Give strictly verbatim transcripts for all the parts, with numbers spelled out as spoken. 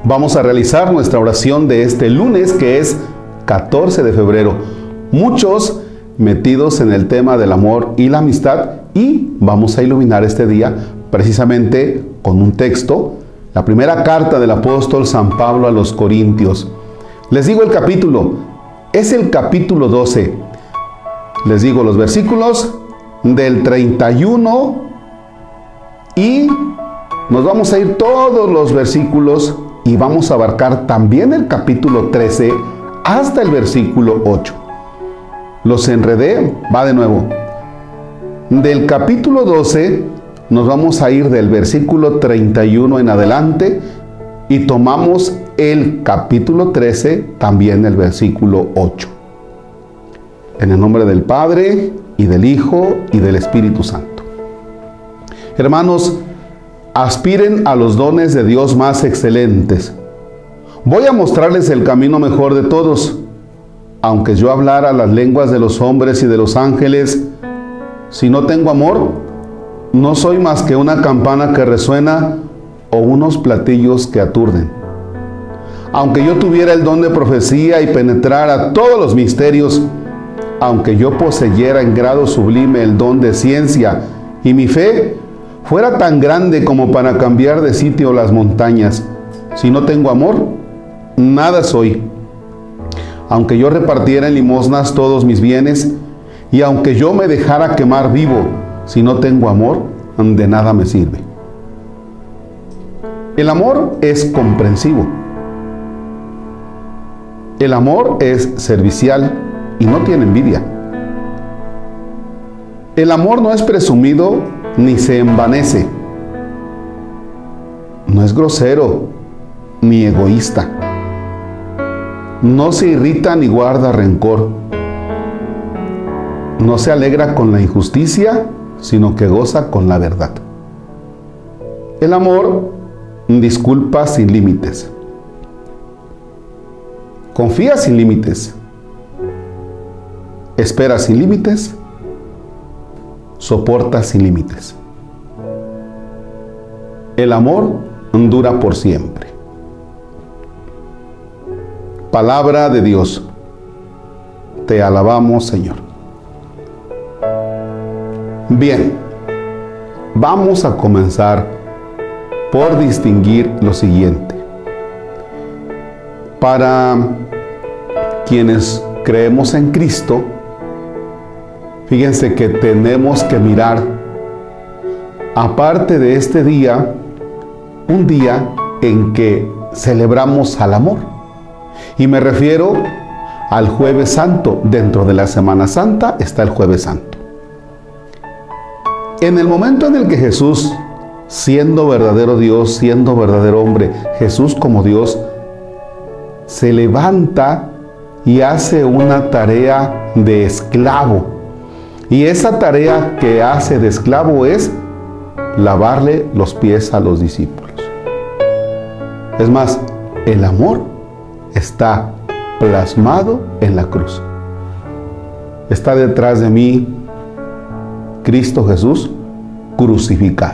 Vamos a realizar nuestra oración de este lunes, que es catorce de febrero. Muchos metidos en el tema del amor y la amistad, y vamos a iluminar este día precisamente con un texto, la primera carta del apóstol San Pablo a los Corintios. Les digo el capítulo, es el capítulo doce. Les digo los versículos del treinta y uno y nos vamos a ir todos los versículos y vamos a abarcar también el capítulo trece hasta el versículo ocho. Los enredé, va de nuevo. Del capítulo doce nos vamos a ir del versículo treinta y uno en adelante y tomamos el capítulo trece, también el versículo ocho. En el nombre del Padre, y del Hijo, y del Espíritu Santo. Hermanos, aspiren a los dones de Dios más excelentes. Voy a mostrarles el camino mejor de todos. Aunque yo hablara las lenguas de los hombres y de los ángeles, si no tengo amor, no soy más que una campana que resuena o unos platillos que aturden. Aunque yo tuviera el don de profecía y penetrara todos los misterios, aunque yo poseyera en grado sublime el don de ciencia y mi fe fuera tan grande como para cambiar de sitio las montañas, si no tengo amor, nada soy. Aunque yo repartiera en limosnas todos mis bienes y aunque yo me dejara quemar vivo, si no tengo amor, de nada me sirve. El amor es comprensivo. El amor es servicial y no tiene envidia. El amor no es presumido ni se envanece. No es grosero ni egoísta. No se irrita ni guarda rencor. No se alegra con la injusticia, sino que goza con la verdad. El amor disculpa sin límites. Confía sin límites. Espera sin límites. Soporta sin límites. El amor dura por siempre. Palabra de Dios. Te alabamos, Señor. Bien, vamos a comenzar por distinguir lo siguiente. Para quienes creemos en Cristo, fíjense que tenemos que mirar, aparte de este día, un día en que celebramos al amor. Y me refiero al Jueves Santo. Dentro de la Semana Santa está el Jueves Santo. En el momento en el que Jesús, siendo verdadero Dios, siendo verdadero hombre, Jesús como Dios, se levanta y hace una tarea de esclavo. Y esa tarea que hace de esclavo es lavarle los pies a los discípulos. Es más, el amor está plasmado en la cruz. Está detrás de mí Cristo Jesús crucificado.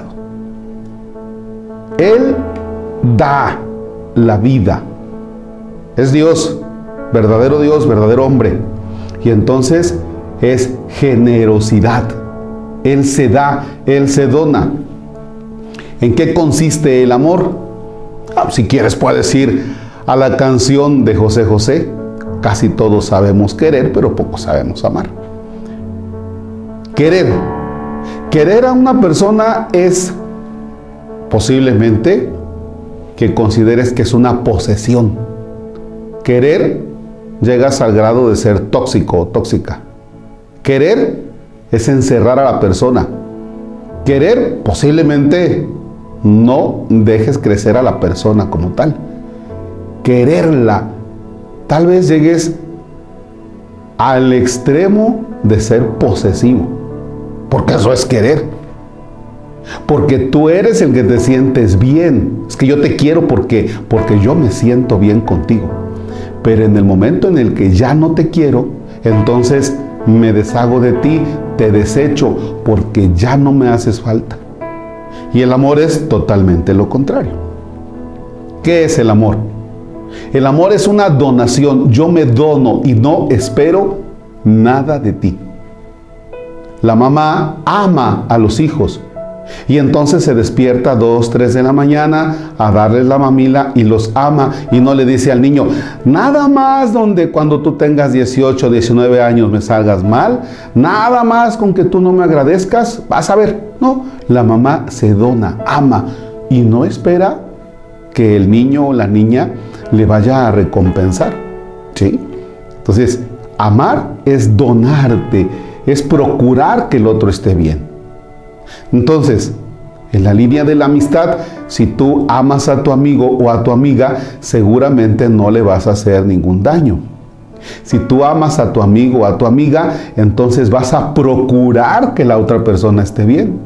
Él da la vida. Es Dios, verdadero Dios, verdadero hombre. Y entonces es generosidad. Él se da, Él se dona. ¿En qué consiste el amor? Ah, si quieres puedes ir a la canción de José José. Casi todos sabemos querer, pero pocos sabemos amar. Querer. Querer a una persona es posiblemente que consideres que es una posesión. Querer llegas al grado de ser tóxico o tóxica. Querer es encerrar a la persona. Querer posiblemente no dejes crecer a la persona como tal. Quererla, tal vez llegues al extremo de ser posesivo, porque eso es querer. Porque tú eres el que te sientes bien. Es que yo te quiero porque, porque yo me siento bien contigo. Pero en el momento en el que ya no te quiero, entonces me deshago de ti, te desecho, porque ya no me haces falta. Y el amor es totalmente lo contrario. ¿Qué es el amor? El amor es una donación. Yo me dono y no espero nada de ti. La mamá ama a los hijos y entonces se despierta a dos, tres de la mañana a darles la mamila y los ama, y no le dice al niño, nada más donde cuando tú tengas dieciocho, diecinueve años me salgas mal, nada más con que tú no me agradezcas, vas a ver. No, la mamá se dona, ama y no espera que el niño o la niña le vaya a recompensar, ¿sí? Entonces, amar es donarte, es procurar que el otro esté bien. Entonces, en la línea de la amistad, si tú amas a tu amigo o a tu amiga, seguramente no le vas a hacer ningún daño. Si tú amas a tu amigo o a tu amiga, entonces vas a procurar que la otra persona esté bien.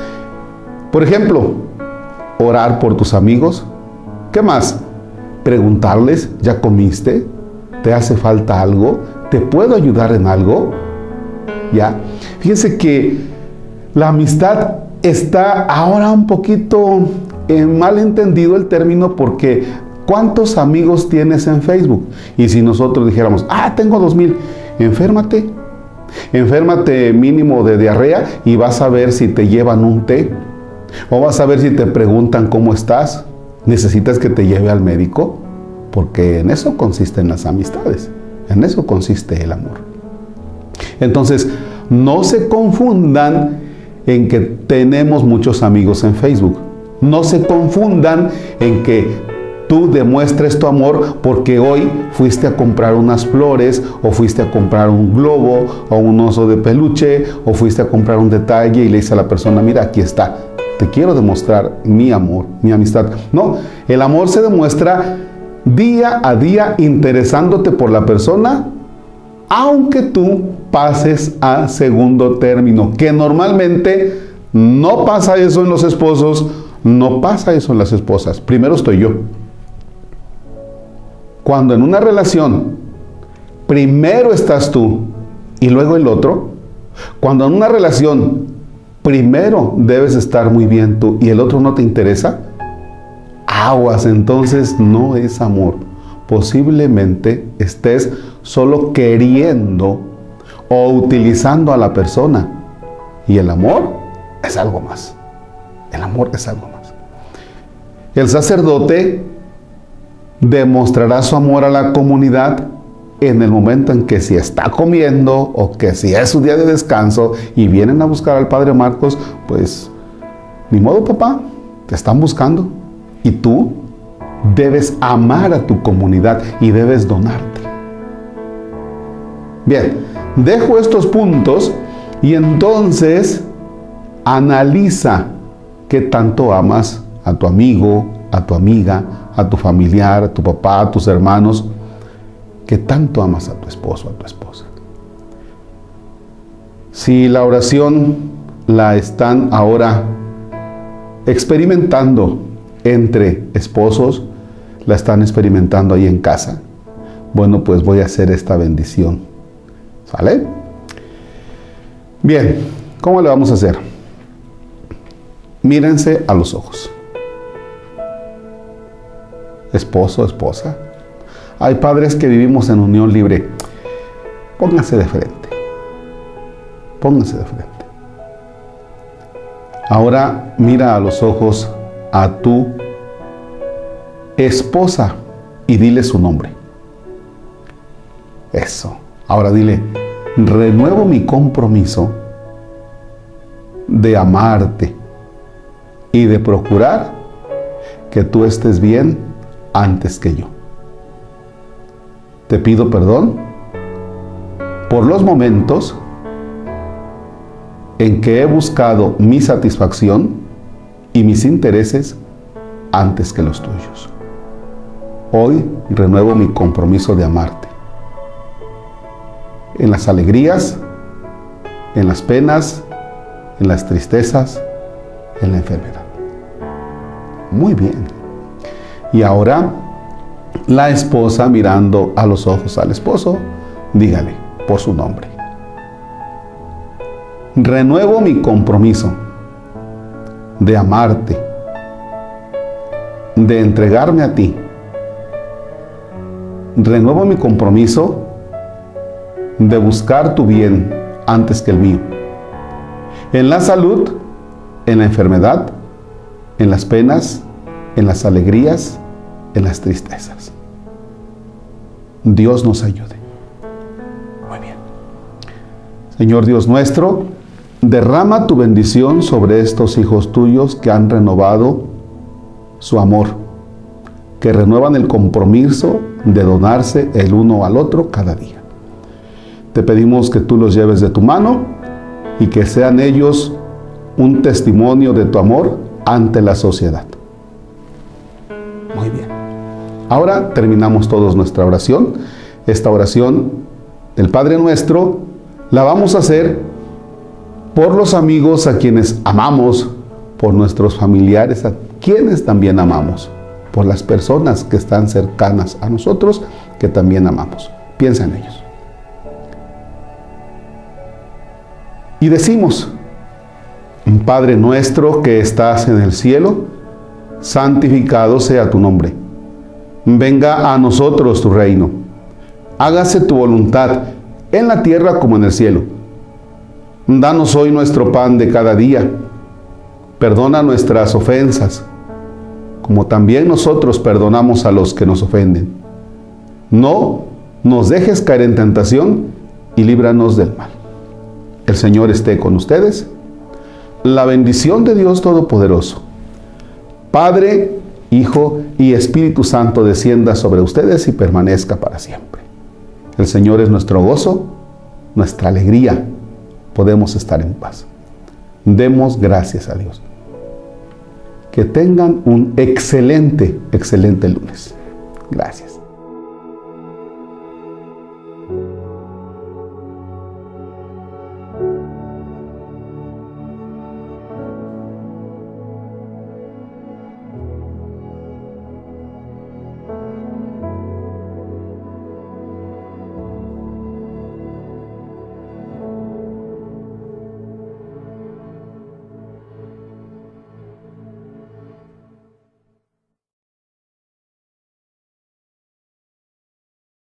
Por ejemplo, orar por tus amigos. ¿Qué más? Preguntarles, ¿ya comiste? ¿Te hace falta algo? ¿Te puedo ayudar en algo? ¿Ya? Fíjense que la amistad está ahora un poquito eh, mal entendido el término, porque ¿cuántos amigos tienes en Facebook? Y si nosotros dijéramos, ah, tengo dos mil, enférmate. Enférmate mínimo de diarrea y vas a ver si te llevan un té. O vas a ver si te preguntan cómo estás. ¿Necesitas que te lleve al médico? Porque en eso consisten las amistades. En eso consiste el amor. Entonces, no se confundan en que tenemos muchos amigos en Facebook. No se confundan en que tú demuestres tu amor porque hoy fuiste a comprar unas flores, o fuiste a comprar un globo, o un oso de peluche, o fuiste a comprar un detalle y le dices a la persona, mira, aquí está, te quiero demostrar mi amor, mi amistad. No, el amor se demuestra día a día interesándote por la persona, aunque tú pases a segundo término, que normalmente no pasa eso en los esposos, no pasa eso en las esposas. Primero estoy yo. Cuando en una relación primero estás tú y luego el otro, cuando en una relación primero debes estar muy bien tú y el otro no te interesa, aguas, entonces no es amor. Posiblemente estés solo queriendo o utilizando a la persona, y el amor es algo más. El amor es algo más. El sacerdote demostrará su amor a la comunidad en el momento en que, si está comiendo o que si es su día de descanso y vienen a buscar al padre Marcos, pues ni modo, papá, te están buscando y tú debes amar a tu comunidad y debes donarte. Bien, dejo estos puntos y entonces analiza qué tanto amas a tu amigo, a tu amiga, a tu familiar, a tu papá, a tus hermanos. ¿Qué tanto amas a tu esposo, a tu esposa? Si la oración la están ahora experimentando entre esposos, la están experimentando ahí en casa, bueno, pues voy a hacer esta bendición. ¿Sale? Bien, ¿cómo le vamos a hacer? Mírense a los ojos. Esposo, esposa. Hay padres que vivimos en unión libre. Pónganse de frente. Pónganse de frente. Ahora mira a los ojos a tu esposa y dile su nombre. Eso. Ahora dile, renuevo mi compromiso de amarte y de procurar que tú estés bien antes que yo. Te pido perdón por los momentos en que he buscado mi satisfacción y mis intereses antes que los tuyos. Hoy renuevo mi compromiso de amarte. En las alegrías, en las penas, en las tristezas, en la enfermedad. Muy bien. Y ahora, la esposa, mirando a los ojos al esposo, dígale por su nombre. Renuevo mi compromiso de amarte, de entregarme a ti. Renuevo mi compromiso de buscar tu bien antes que el mío. En la salud, en la enfermedad, en las penas, en las alegrías, en las tristezas. Dios nos ayude. Muy bien. Señor Dios nuestro, derrama tu bendición sobre estos hijos tuyos que han renovado su amor, que renuevan el compromiso de donarse el uno al otro cada día. Te pedimos que tú los lleves de tu mano y que sean ellos un testimonio de tu amor ante la sociedad. Muy bien. Ahora terminamos todos nuestra oración. Esta oración del Padre Nuestro la vamos a hacer por los amigos a quienes amamos, por nuestros familiares a quienes también amamos, por las personas que están cercanas a nosotros que también amamos. Piensa en ellos. Y decimos: Padre nuestro que estás en el cielo, santificado sea tu nombre. Venga a nosotros tu reino. Hágase tu voluntad en la tierra como en el cielo. Danos hoy nuestro pan de cada día. Perdona nuestras ofensas, como también nosotros perdonamos a los que nos ofenden. No nos dejes caer en tentación y líbranos del mal. El Señor esté con ustedes. La bendición de Dios Todopoderoso, Padre, Hijo y Espíritu Santo, descienda sobre ustedes y permanezca para siempre. El Señor es nuestro gozo, nuestra alegría. Podemos estar en paz. Demos gracias a Dios. Que tengan un excelente, excelente lunes. Gracias.